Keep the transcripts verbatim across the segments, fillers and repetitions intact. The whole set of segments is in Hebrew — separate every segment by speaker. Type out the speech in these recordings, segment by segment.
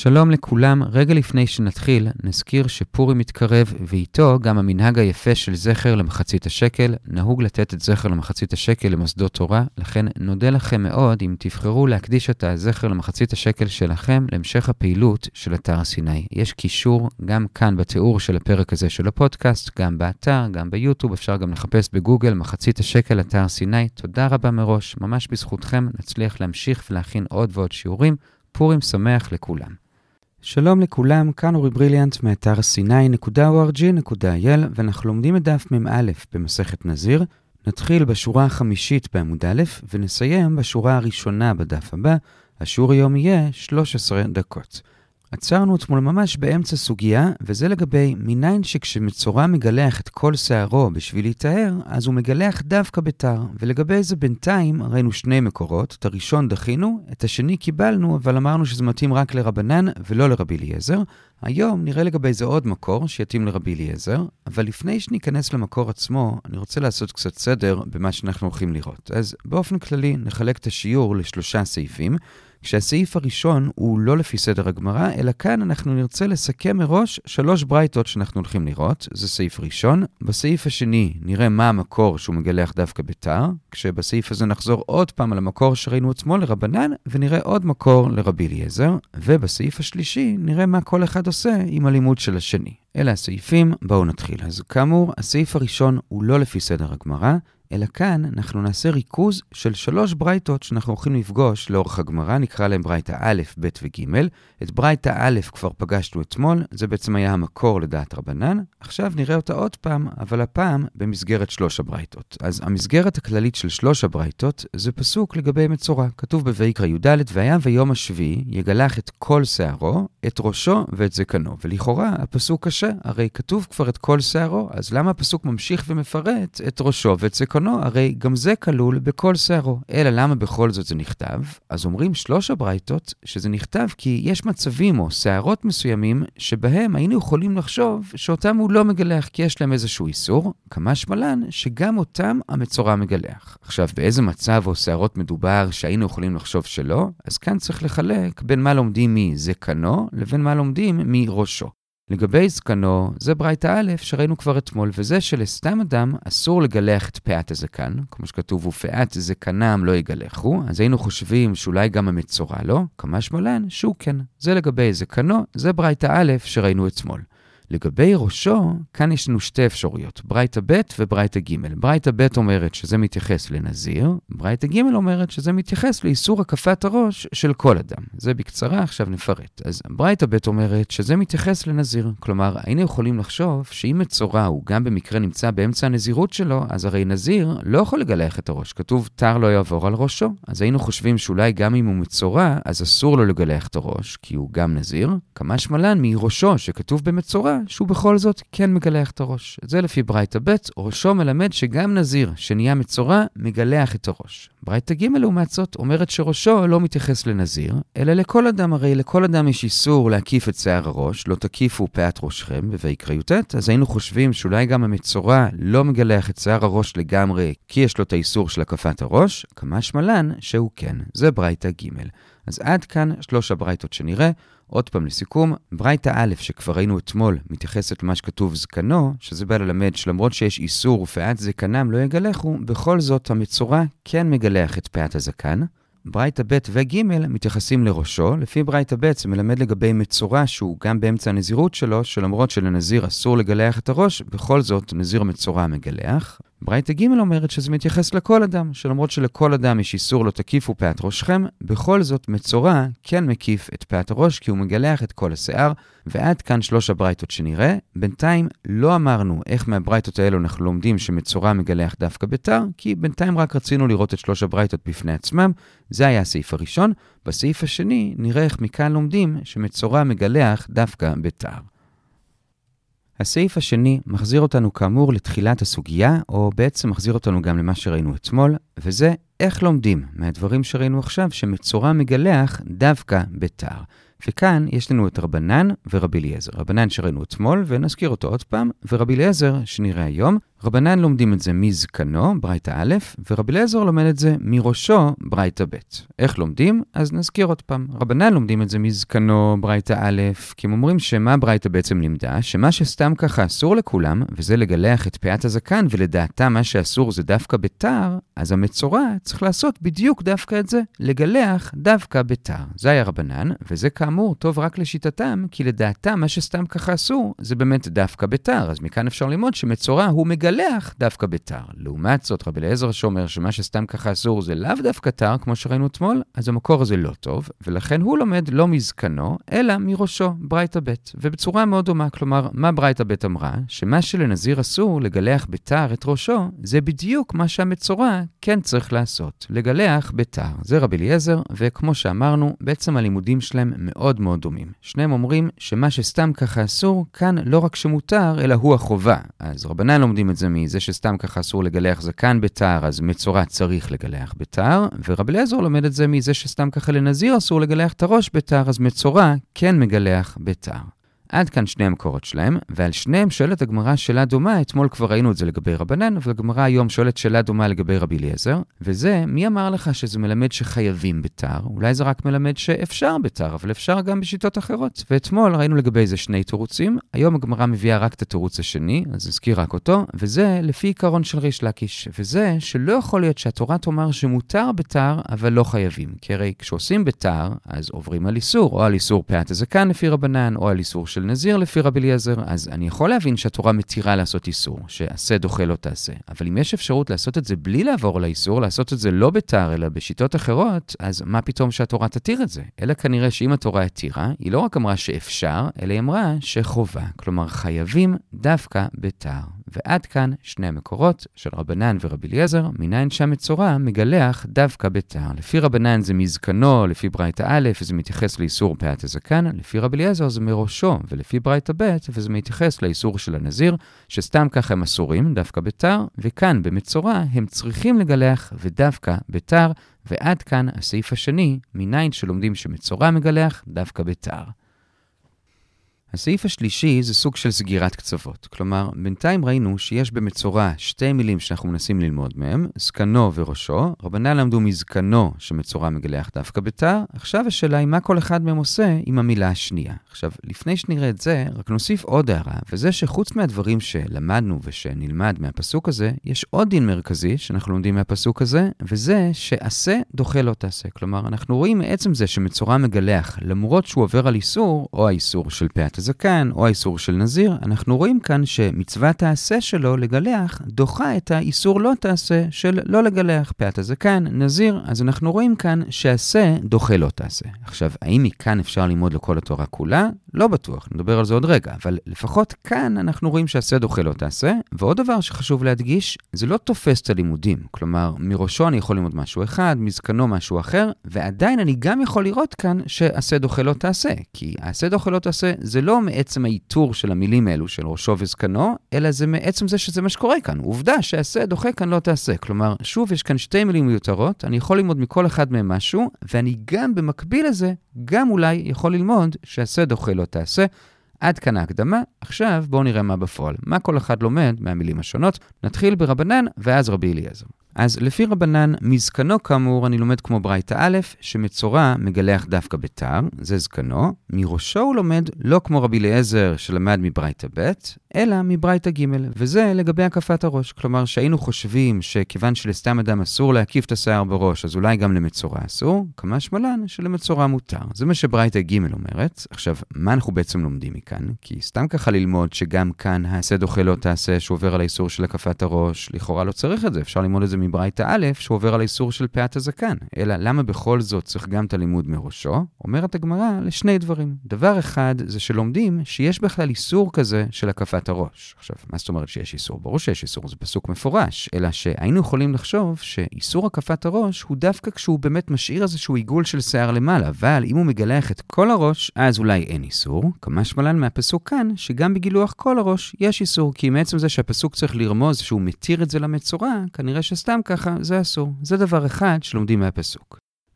Speaker 1: שלום לכולם, רגע לפני שנתחיל, נזכיר שפורים מתקרב, ואיתו גם המנהג היפה של זכר למחצית השקל. נהוג לתת את זכר למחצית השקל למוסדות תורה, לכן נודה לכם מאוד אם תבחרו להקדיש את הזכר למחצית השקל שלכם להמשך הפעילות של אתר הסיני. יש קישור גם כאן בתיאור של הפרק הזה של הפודקאסט, גם באתר, גם ביוטיוב, אפשר גם לחפש בגוגל מחצית השקל אתר סיני. תודה רבה מראש, ממש בזכותכם נצליח להמשיך ולהכין עוד ועוד שיעורים. פורים שמח לכולם. שלום לכולם, כאן אורי בריליאנט מאתר סיני נקודה או אר ג'י נקודה איי אל, ואנחנו לומדים את דף מ"א במסכת נזיר. נתחיל בשורה החמישית בעמוד א' ונסיים בשורה הראשונה בדף הבא. השיעור היום יהיה שלוש עשרה דקות. עצרנו אתמול ממש באמצע סוגיה, וזה לגבי מניין שכשמצורע מגלח את כל שערו בשביל להתאר, אז הוא מגלח דווקא בתר. ולגבי זה בינתיים ראינו שני מקורות, את הראשון דחינו, את השני קיבלנו, אבל אמרנו שזה מתאים רק לרבנן ולא לרבי אליעזר. היום נראה לגבי זה עוד מקור שיתאים לרבי אליעזר, אבל לפני שניכנס למקור עצמו, אני רוצה לעשות קצת סדר במה שאנחנו הולכים לראות. אז באופן כללי נחלק את השיעור לשלושה סעיפים, כשהסעיף הראשון הוא לא לפי סדר הגמרא, אלא כאן אנחנו נרצה לסכם מראש שלוש ברייתות שאנחנו הולכים לראות. זה סעיף ראשון. בסעיף השני נראה מה המקור שהוא מגלח דווקא בתר, כשבסעיף הזה נחזור עוד פעם על המקור שראינו עצמו לרבנן, ונראה עוד מקור לרבי אליעזר, ובסעיף השלישי נראה מה כל אחד עושה עם הלימוד של השני. אלה הסעיפים, בואו נתחיל. אז כאמור, הסעיף הראשון הוא לא לפי סדר הגמרא, אלא כאן אנחנו נעשה ריכוז של שלוש ברייתות שאנחנו הולכים לפגוש לאורך הגמרא, נקרא להם ברייתא א', ב' וג'. את ברייתא א' כבר פגשנו אתמול, זה בעצם היה המקור לדעת רבנן. עכשיו נראה אותה עוד פעם, אבל הפעם במסגרת שלוש הברייתות. אז המסגרת הכללית של שלוש הברייתות זה פסוק לגבי מצורע. כתוב בויקרא י"ד, והיה ביום השביעי יגלח את כל שערו, את ראשו ואת זקנו. ולכאורה הפסוק קשה, הרי כתוב כבר את כל שערו, אז למה הפסוק ממשיך ומפרט את ראשו ואת זקנו? הרי גם זה כלול בכל שערו. אלא למה בכל זאת זה נכתב? אז אומרים שלוש הברייתות שזה נכתב כי יש מצבים או שערות מסוימים שבהם היינו יכולים לחשוב שאותם הוא לא מגלח כי יש להם איזשהו איסור, כמה שמלן שגם אותם המצורע מגלח. עכשיו באיזה מצב או שערות מדובר שהיינו יכולים לחשוב שלא? אז כאן צריך לחלק בין מה לומדים מזקנו לבין מה לומדים מראשו. לגבי זקנו, זה ברייתא א' שראינו כבר אתמול, וזה שלסתם אדם אסור לגלח את פאת הזקן, כמו שכתוב, ופאת זקנם לא יגלחו, אז היינו חושבים שאולי גם המצורע לא, כמה שמלן שהוא כן. זה לגבי זקנו, זה ברייתא א' שראינו אתמול. לגבי ראשו, כאן יש לנו שתי אפשרויות, ברייתא ב' וברייתא ג'. ברייתא ב' אומרת שזה מתייחס לנזיר, ברייתא ג' אומרת שזה מתייחס לאיסור הקפת הראש של כל אדם. זה בקצרה, עכשיו נפרט. אז ברייתא ב' אומרת שזה מתייחס לנזיר, כלומר, היינו יכולים לחשוב שאם מצורע הוא גם במקרה נמצא באמצע הנזירות שלו, אז הרי נזיר לא יכול לגלח את הראש. כתוב, תר לא יעבור על ראשו. אז היינו חושבים שאולי גם אם הוא מצורע, אז אסור לו לגלח את הראש, כי הוא גם נזיר. כמה שמלן מראשו שכתוב במצורע, שהוא בכל זאת כן מגלח את הראש. זה לפי ברייתא ב', ראשו מלמד שגם נזיר שנהיה מצורע מגלח את הראש. ברייתא ג' לעומת זאת אומרת שראשו לא מתייחס לנזיר, אלא לכל אדם. הרי לכל אדם יש איסור להקיף את שיער הראש, לא תקיפו פאת ראשכם בויקרא י"ט, אז היינו חושבים שאולי גם המצורע לא מגלח את שיער הראש לגמרי, כי יש לו את האיסור של הקפת הראש, כמה שמלן שהוא כן. זה ברייתא ג'. אז עד כאן שלוש הברייתות שנראה. עוד פעם לסיכום, ברייתא א' שכבר ראינו אתמול מתייחסת למה שכתוב זקנו, שזה בא ללמד שלמרות שיש איסור ופאת זקנם לא יגלחו, בכל זאת המצורע כן מגלח את פאת הזקן. ברייתא ב' וג' מתייחסים לראשו. לפי ברייתא ב' זה מלמד לגבי מצורע שהוא גם באמצע הנזירות שלו, שלמרות שלנזיר אסור לגלח את הראש, בכל זאת נזיר מצורע מגלח. ברייתא ג' אומרת שזה מתייחס לכל אדם, שלמרות שלכל אדם יש איסור לא תקיפו פאת ראשכם, בכל זאת מצורע כן מקיף את פאת הראש כי הוא מגלח את כל השיער. ועד כאן שלוש הברייתות שנראה. בינתיים לא אמרנו איך מהברייתות האלו אנחנו לומדים שמצורע מגלח דווקא בתר, כי בינתיים רק רצינו לראות את שלוש הברייתות בפני עצמם. זה היה הסעיף הראשון. בסעיף השני נראה איך מכאן לומדים שמצורע מגלח דווקא בתר. הסעיף השני מחזיר אותנו כאמור לתחילת הסוגיה, או בעצם מחזיר אותנו גם למה שראינו אתמול, וזה איך לומדים מהדברים שראינו עכשיו שמצורע מגלח דווקא בתר. וכאן יש לנו את רבנן ורבי אליעזר. רבנן שראינו אתמול ונזכיר אותו עוד פעם, ורבי אליעזר שנראה היום. רבנן לומדים את זה מזקנו, ברייתא א', ורבי אליעזר לומד את זה מראשו, ברייתא ב'. איך לומדים? אז נזכיר עוד פעם. רבנן לומדים את זה מזקנו, ברייתא א', כי הם אומרים שמה ברייתא בעצם לימדה, שמה שסתם ככה אסור לכולם, וזה לגלח את פאת הזקן, ולדעתה מה שאסור זה דווקא בתר, אז המצורע צריך לעשות בדיוק דווקא את זה, לגלח דווקא בתר. זה היה רבנן, וזה כאמור טוב רק לשיטתם, כי לדעתה מה שסתם ככה אסור, זה באמת דווקא בתר. אז מכאן אפשר ללמוד שמצורע הוא מגלח דווקא בתר. לעומת זאת, רבי אליעזר שאומר שמה שסתם ככה אסור זה לאו דווקא תר, כמו שראינו אתמול, אז המקור הזה לא טוב, ולכן הוא לומד לא מזקנו, אלא מראשו, ברייתא ב'. ובצורה מאוד דומה, כלומר, מה ברייתא ב' אמרה? שמה שלנזיר אסור לגלח בתר את ראשו, זה בדיוק מה שהמצורע כן צריך לעשות, לגלח בתר. זה רבי אליעזר, וכמו שאמרנו, בעצם הלימודים שלהם מאוד מאוד דומים. שניהם אומרים שמה שסתם ככה אסור, כאן לא רק שמותר, אלא הוא החובה. אז רבנן לומדים את זה מזה שסתם ככה אסור לגלח זקן בתר, אז מצורע צריך לגלח בתר, ורבי אליעזר לומד את זה מזה שסתם ככה לנזיר אסור לגלח את הראש בתר, אז מצורע כן מגלח בתר. עד כאן שני המקורות שלהם, ועל שניהם שואלת הגמרא שאלה דומה, אתמול כבר ראינו את זה לגבי רבנן, אבל הגמרא היום שואלת שאלה דומה לגבי רבי אליעזר, וזה, מי אמר לך שזה מלמד שחייבים בתר? אולי זה רק מלמד שאפשר בתר, אבל אפשר גם בשיטות אחרות. ואתמול ראינו לגבי זה שני תירוצים, היום הגמרא מביאה רק את התירוץ השני, אז נזכיר רק אותו, וזה לפי עיקרון של ריש לקיש, וזה שלא יכול להיות שהתורה תאמר שמותר בתר, אבל לא חייבים. כי הרי כשעושים בתר, אז עוברים על איסור, או על איסור פאת הזקן לפי רבנן, או על איסור של נזיר לפי רבי אליעזר, אז אני יכול להבין שהתורה מתירה לעשות איסור, שעשה דוחה לא תעשה. אבל אם יש אפשרות לעשות את זה בלי לעבור לאיסור, לעשות את זה לא בתר, אלא בשיטות אחרות, אז מה פתאום שהתורה תתיר את זה? אלא כנראה שאם התורה התירה, היא לא רק אמרה שאפשר, אלא היא אמרה שחובה. כלומר, חייבים דווקא בתר. ועד כאן שני המקורות של רבנן ורבי אליעזר, מניין שהמצורע מגלח דווקא בתר. לפי רבנן זה מזקנו, לפי ברייתא א', וזה מתייחס לאיסור פאת הזקן, לפי רבי אליעזר זה מראשו, ולפי ברייתא ב', וזה מתייחס לאיסור של הנזיר, שסתם ככה הם אסורים דווקא בתר, וכאן במצורע הם צריכים לגלח ודווקא בתר, ועד כאן הסעיף השני, מניין שלומדים שמצורע מגלח דווקא בתר. הסעיף השלישי זה סוג של סגירת קצוות. כלומר, בינתיים ראינו שיש במצורע שתי מילים שאנחנו מנסים ללמוד מהם, זקנו וראשו. רבנן למדו מזקנו שמצורע מגלח דווקא בתר. עכשיו השאלה היא מה כל אחד מהם עושה עם המילה השנייה. עכשיו, לפני שנראה את זה, רק נוסיף עוד הערה, וזה שחוץ מהדברים שלמדנו ושנלמד מהפסוק הזה, יש עוד דין מרכזי שאנחנו לומדים מהפסוק הזה, וזה שעשה דוחה לא תעשה. כלומר, אנחנו רואים מעצם זה שמצורע מגלח, למרות שהוא עובר על איסור, או האיסור של פאת הזקן, או האיסור של נזיר, אנחנו רואים כאן שמצוות העשה שלו לגלח דוחה את האיסור לא תעשה של לא לגלח פאת הזקן, נזיר, אז אנחנו רואים כאן שעשה דוחה לא תעשה. עכשיו, האם מכאן אפשר ללמוד לכל התורה כולה? לא בטוח, נדבר על זה עוד רגע, אבל לפחות כאן אנחנו רואים שעשה דוחה לא תעשה, ועוד דבר שחשוב להדגיש, זה לא תופס את הלימודים, כלומר, מראשו אני יכול ללמוד משהו אחד, מזקנו משהו אחר, ועדיין אני גם יכול לראות כאן שעשה דוחה לא תעשה, כי העשה דוחה לא תעשה זה לא מעצם האיתור של המילים האלו של ראשו וזקנו, אלא זה מעצם זה שזה מה שקורה כאן. עובדה שעשה דוחה כאן לא תעשה. כלומר, שוב יש כאן שתי מילים מיותרות, אני יכול ללמוד מכל אחד מהם משהו, ואני גם במקביל לזה, גם אולי יכול ללמוד שעשה דוחה לא תעשה. עד כאן ההקדמה, עכשיו בואו נראה מה בפועל. מה כל אחד לומד מהמילים השונות. נתחיל ברבנן ואז רבי אליעזר. אז לפי רבנן, מזקנו כאמור אני לומד כמו ברייתא א', שמצורע מגלח דווקא בתר, זה זקנו. מראשו הוא לומד לא כמו רבי אליעזר שלמד מברייתא ב', אלא מברייתא ג', וזה לגבי הקפת הראש. כלומר שהיינו חושבים שכיוון שלסתם אדם אסור להקיף את השיער בראש, אז אולי גם למצורע אסור, כמה שמלן שלמצורע מותר. זה מה שברייתא ג' אומרת. עכשיו, מה אנחנו בעצם לומדים מכאן? כי סתם ככה ללמוד שגם כאן העשה דוחה לא תעשה שעובר על האיסור של הקפת הראש, לכאורה לא צריך את זה, אפשר ללמוד את זה מברייתא א', שעובר על האיסור של פאת הזקן. אלא למה בכל זאת צריך גם את הלימוד מראשו? אומרת הגמרא לשני דברים. דבר אחד זה שלומדים שיש בכלל איסור כזה של הקפת הראש. עכשיו, מה זאת אומרת שיש איסור? ברור שיש איסור, זה פסוק מפורש. אלא שהיינו יכולים לחשוב שאיסור הקפת הראש הוא דווקא כשהוא באמת משאיר איזשהו עיגול של שיער למעלה, אבל אם הוא מגלח את כל הראש, אז אולי אין איסור. כמה שמלן מהפסוק כאן, שגם בגילוח כל הראש יש איסור, כי מעצם זה שהפסוק צריך לרמוז שהוא מתיר את זה למצורע, כנראה שסתם ככה זה אסור. זה דבר אחד שלומדים מהפסוק.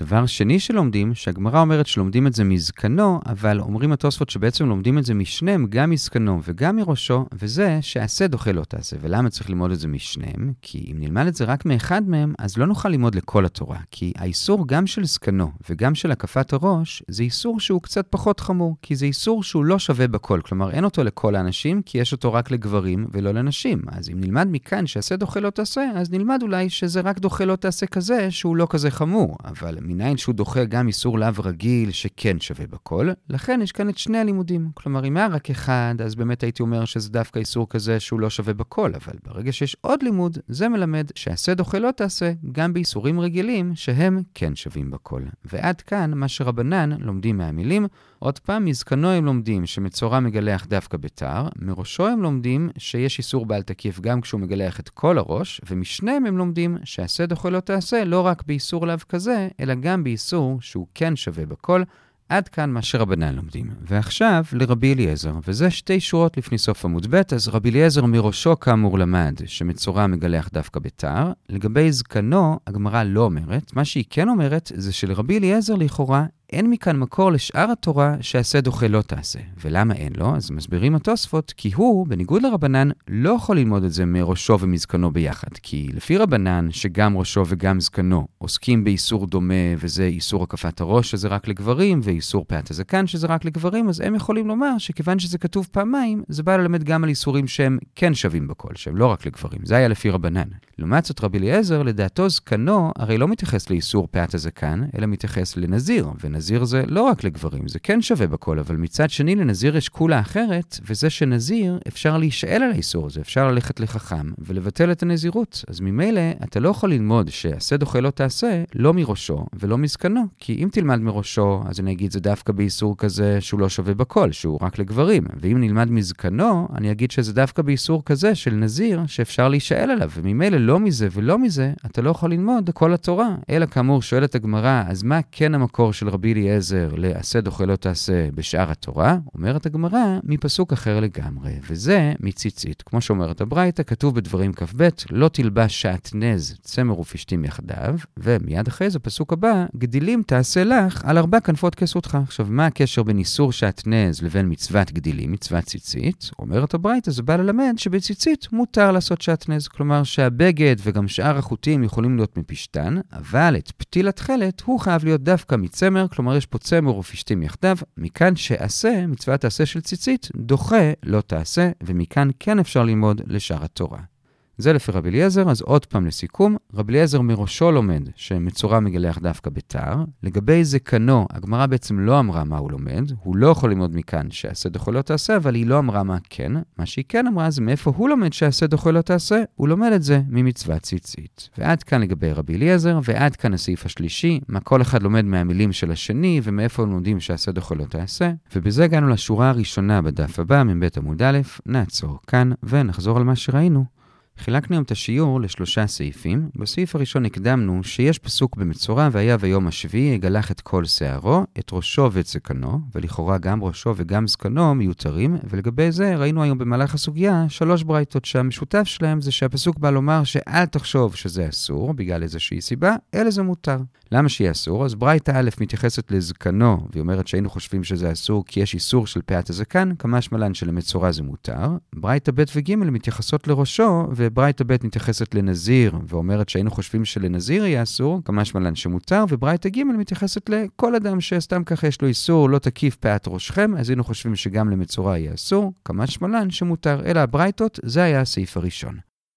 Speaker 1: דבר שני שלומדים, שהגמרא אומרת שלומדים את זה מזקנו, אבל אומרים התוספות שבעצם לומדים את זה משניהם, גם מזקנו וגם מראשו, וזה שעשה דוחה לא תעשה. ולמה צריך ללמוד את זה משניהם? כי אם נלמד את זה רק מאחד מהם, אז לא נוכל ללמוד לכל התורה. כי האיסור גם של זקנו וגם של הקפת הראש, זה איסור שהוא קצת פחות חמור, כי זה איסור שהוא לא שווה בכל. כלומר, אין אותו לכל האנשים, כי יש אותו רק לגברים ולא לנשים. אז אם נלמד מכאן שעשה דוחה לא תעשה, אז נלמד אולי שזה רק דוחה לא תעשה כזה, שהוא לא כזה חמור. אבל מניין שהוא דוחה גם איסור לאו רגיל שכן שווה בכל, לכן יש כאן את שני הלימודים. כלומר, אם היה רק אחד, אז באמת הייתי אומר שזה דווקא איסור כזה שהוא לא שווה בכל, אבל ברגע שיש עוד לימוד, זה מלמד שעשה דוחה לא תעשה גם באיסורים רגילים שהם כן שווים בכל. ועד כאן מה שרבנן לומדים מהמילים. עוד פעם, מזקנו הם לומדים שמצורע מגלח דווקא בתר, מראשו הם לומדים שיש איסור בעל תקיף גם כשהוא מגלח את כל הראש, ומשניהם הם לומדים שעשה דוחה לא תעשה לא רק באיסור לאו כזה, אלא גם באיסור שהוא כן שווה בכל. עד כאן מה שרבנן לומדים. ועכשיו לרבי אליעזר, וזה שתי שורות לפני סוף עמוד ב', אז רבי אליעזר מראשו כאמור למד שמצורע מגלח דווקא בתר. לגבי זקנו, הגמרא לא אומרת. מה שהיא כן אומרת זה שלרבי אליעזר לכאורה אין מכאן מקור לשאר התורה שעשה דוחה לא תעשה. ולמה אין לו? אז מסבירים התוספות, כי הוא, בניגוד לרבנן, לא יכול ללמוד את זה מראשו ומזקנו ביחד. כי לפי רבנן, שגם ראשו וגם זקנו עוסקים באיסור דומה, וזה איסור הקפת הראש, שזה רק לגברים, ואיסור פאת הזקן, שזה רק לגברים, אז הם יכולים לומר שכיוון שזה כתוב פעמיים, זה בא ללמד גם על איסורים שהם כן שווים בכל, שהם לא רק לגברים. זה היה לפי רבנן. לעומת זאת רבי אליעזר, לדעתו זקנו, הרי לא מתייחס לאיסור פאת הזקן, אלא מתייחס לנזיר, ונזיר זה לא רק לגברים, זה כן שווה בכל, אבל מצד שני לנזיר יש כולה אחרת, וזה שנזיר אפשר להישאל על האיסור הזה, אפשר ללכת לחכם ולבטל את הנזירות. אז ממילא אתה לא יכול ללמוד שעשה דוחה לא תעשה, לא מראשו ולא מזקנו, כי אם תלמד מראשו, אז אני אגיד זה דווקא באיסור כזה שהוא לא שווה בכל, שהוא רק לגברים, ואם נלמד מזקנו, אני אגיד שזה דווקא באיסור כזה של נזיר שאפשר להישאל עליו, וממילא לא מזה ולא מזה, אתה לא יכול ללמוד כל התורה. אלא כאמור שואלת הגמרא, אז מה כן המקור של רבי אליעזר לעשה דוחה לא תעשה בשאר התורה? אומרת הגמרא מפסוק אחר לגמרי, וזה מציצית. כמו שאומרת הברייתא, כתוב בדברים כ"ב, לא תלבש שעטנז צמר ופשתים יחדיו, ומיד אחרי זה פסוק הבא, גדילים תעשה לך על ארבע כנפות כסותך. עכשיו, מה הקשר בין איסור שעטנז לבין מצוות גדילים, מצוות ציצית? אומרת הברייתא, זה בא ללמד שבציצית מותר לעשות שעטנז, כלומר שהבגד וגם שאר החוטים יכולים להיות מפשתן, אבל את פתיל התכלת הוא חייב להיות דווקא מצמר, כלומר יש פה צמר ופשתים יחדיו, מכאן שעשה, מצוות תעשה של ציצית, דוחה לא תעשה, ומכאן כן אפשר ללמוד לשאר התורה. זה לפי רבי אליעזר. אז עוד פעם לסיכום, רבי אליעזר מראשו לומד שמצורע מגלח דווקא בתר. לגבי זקנו, הגמרא בעצם לא אמרה מה הוא לומד, הוא לא יכול ללמוד מכאן שעשה דוחה לא תעשה, אבל היא לא אמרה מה כן. מה שהיא כן אמרה זה מאיפה הוא לומד שעשה דוחה לא תעשה, הוא לומד את זה ממצוות ציצית. ועד כאן לגבי רבי אליעזר, ועד כאן הסעיף השלישי, מה כל אחד לומד מהמילים של השני, ומאיפה לומדים שעשה דוחה לא תעשה. ובזה הגענו לשורה הראשונה בדף הבא, מבית עמוד א', נעצור כאן ונחזור על מה שראינו. חילקנו היום את השיעור לשלושה סעיפים. בסעיף הראשון הקדמנו שיש פסוק במצורע, והיה ביום השביעי יגלח את כל שערו, את ראשו ואת זקנו, ולכאורה גם ראשו וגם זקנו מיותרים, ולגבי זה ראינו היום במהלך הסוגיה שלוש ברייתות שהמשותף שלהם זה שהפסוק בא לומר שאל תחשוב שזה אסור בגלל איזושהי סיבה, אלא זה מותר. למה שיהיה אסור? אז ברייתא א' מתייחסת לזקנו, והיא אומרת שהיינו חושבים שזה אסור כי יש איסור של פאת הזקן, כמשמע לן שלמצורע זה מותר. ברייתא ב' וג' מתייחסות לראשו, וברייתא ב' מתייחסת לנזיר, ואומרת שהיינו חושבים שלנזיר יהיה אסור, כמשמע לן שמותר, וברייתא ג' מתייחסת לכל אדם שסתם ככה יש לו איסור, לא תקיף פאת ראשכם, אז היינו חושבים שגם למצורע יהיה אסור, כמשמע לן שמותר. אלא הברייתות, זה היה הסעיף הראשון.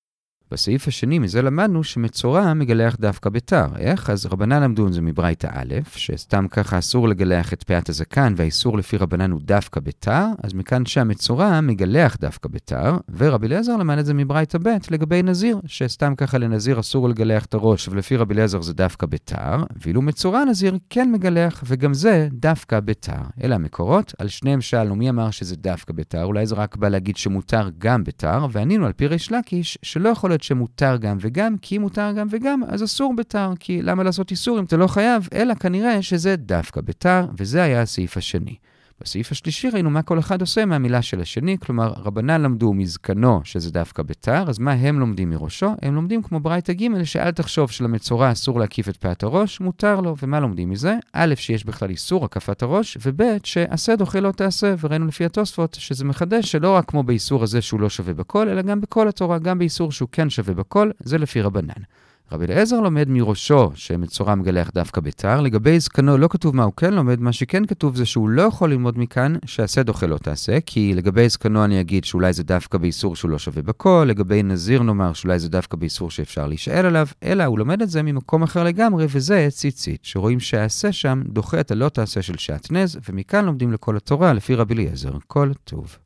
Speaker 1: בסעיף השני מזה למדנו שמצורע מגלח דווקא בתר. איך? אז רבנן למדו את זה מברייתא א', שסתם ככה אסור לגלח את פאת הזקן, והאיסור לפי רבנן הוא דווקא בתר, אז מכאן שהמצורע מגלח דווקא בתר, ורבי אליעזר למד את זה מברייתא ב' לגבי נזיר, שסתם ככה לנזיר אסור לגלח את הראש, ולפי רבי אליעזר זה דווקא בתר, ואילו מצורע נזיר כן מגלח, וגם זה דווקא בתר. אלה המקורות, על שניהם שאלנו מי אמר שזה דווקא בתר, אולי זה רק בא להגיד שמותר גם בתר, וענינו על פי ריש לקיש שלא יכול להיות שמותר גם וגם, כי אם מותר גם וגם, אז אסור בתר, כי למה לעשות איסור אם אתה לא חייב, אלא כנראה שזה דווקא בתר, וזה היה הסעיף השני. בסעיף השלישי ראינו מה כל אחד עושה מהמילה של השני, כלומר רבנן למדו מזקנו, שזה דווקא בתר, אז מה הם לומדים מראשו? הם לומדים כמו ברייתא ג' שאל תחשוב שלמצורע אסור להקיף את פאת הראש, מותר לו, ומה לומדים מזה? א', שיש בכלל איסור הקפת הראש, וב', שעשה דוחה לא תעשה, וראינו לפי התוספות שזה מחדש שלא רק כמו באיסור הזה שהוא לא שווה בכל, אלא גם בכל התורה, גם באיסור שהוא כן שווה בכל, זה לפי רבנן. רבי אליעזר לומד מראשו שמצורע מגלח דווקא בתר, לגבי זקנו לא כתוב מה הוא כן לומד, מה שכן כתוב זה שהוא לא יכול ללמוד מכאן שעשה דוחה לא תעשה, כי לגבי זקנו אני אגיד שאולי זה דווקא באיסור שהוא לא שווה בכל, לגבי נזיר נאמר שאולי זה דווקא באיסור שאפשר להישאל עליו, אלא הוא לומד את זה ממקום אחר לגמרי, וזה ציצית, שרואים שעשה שם דוחה את הלא תעשה של שעטנז, ומכאן לומדים לכל התורה לפי רבי אליעזר. כל טוב.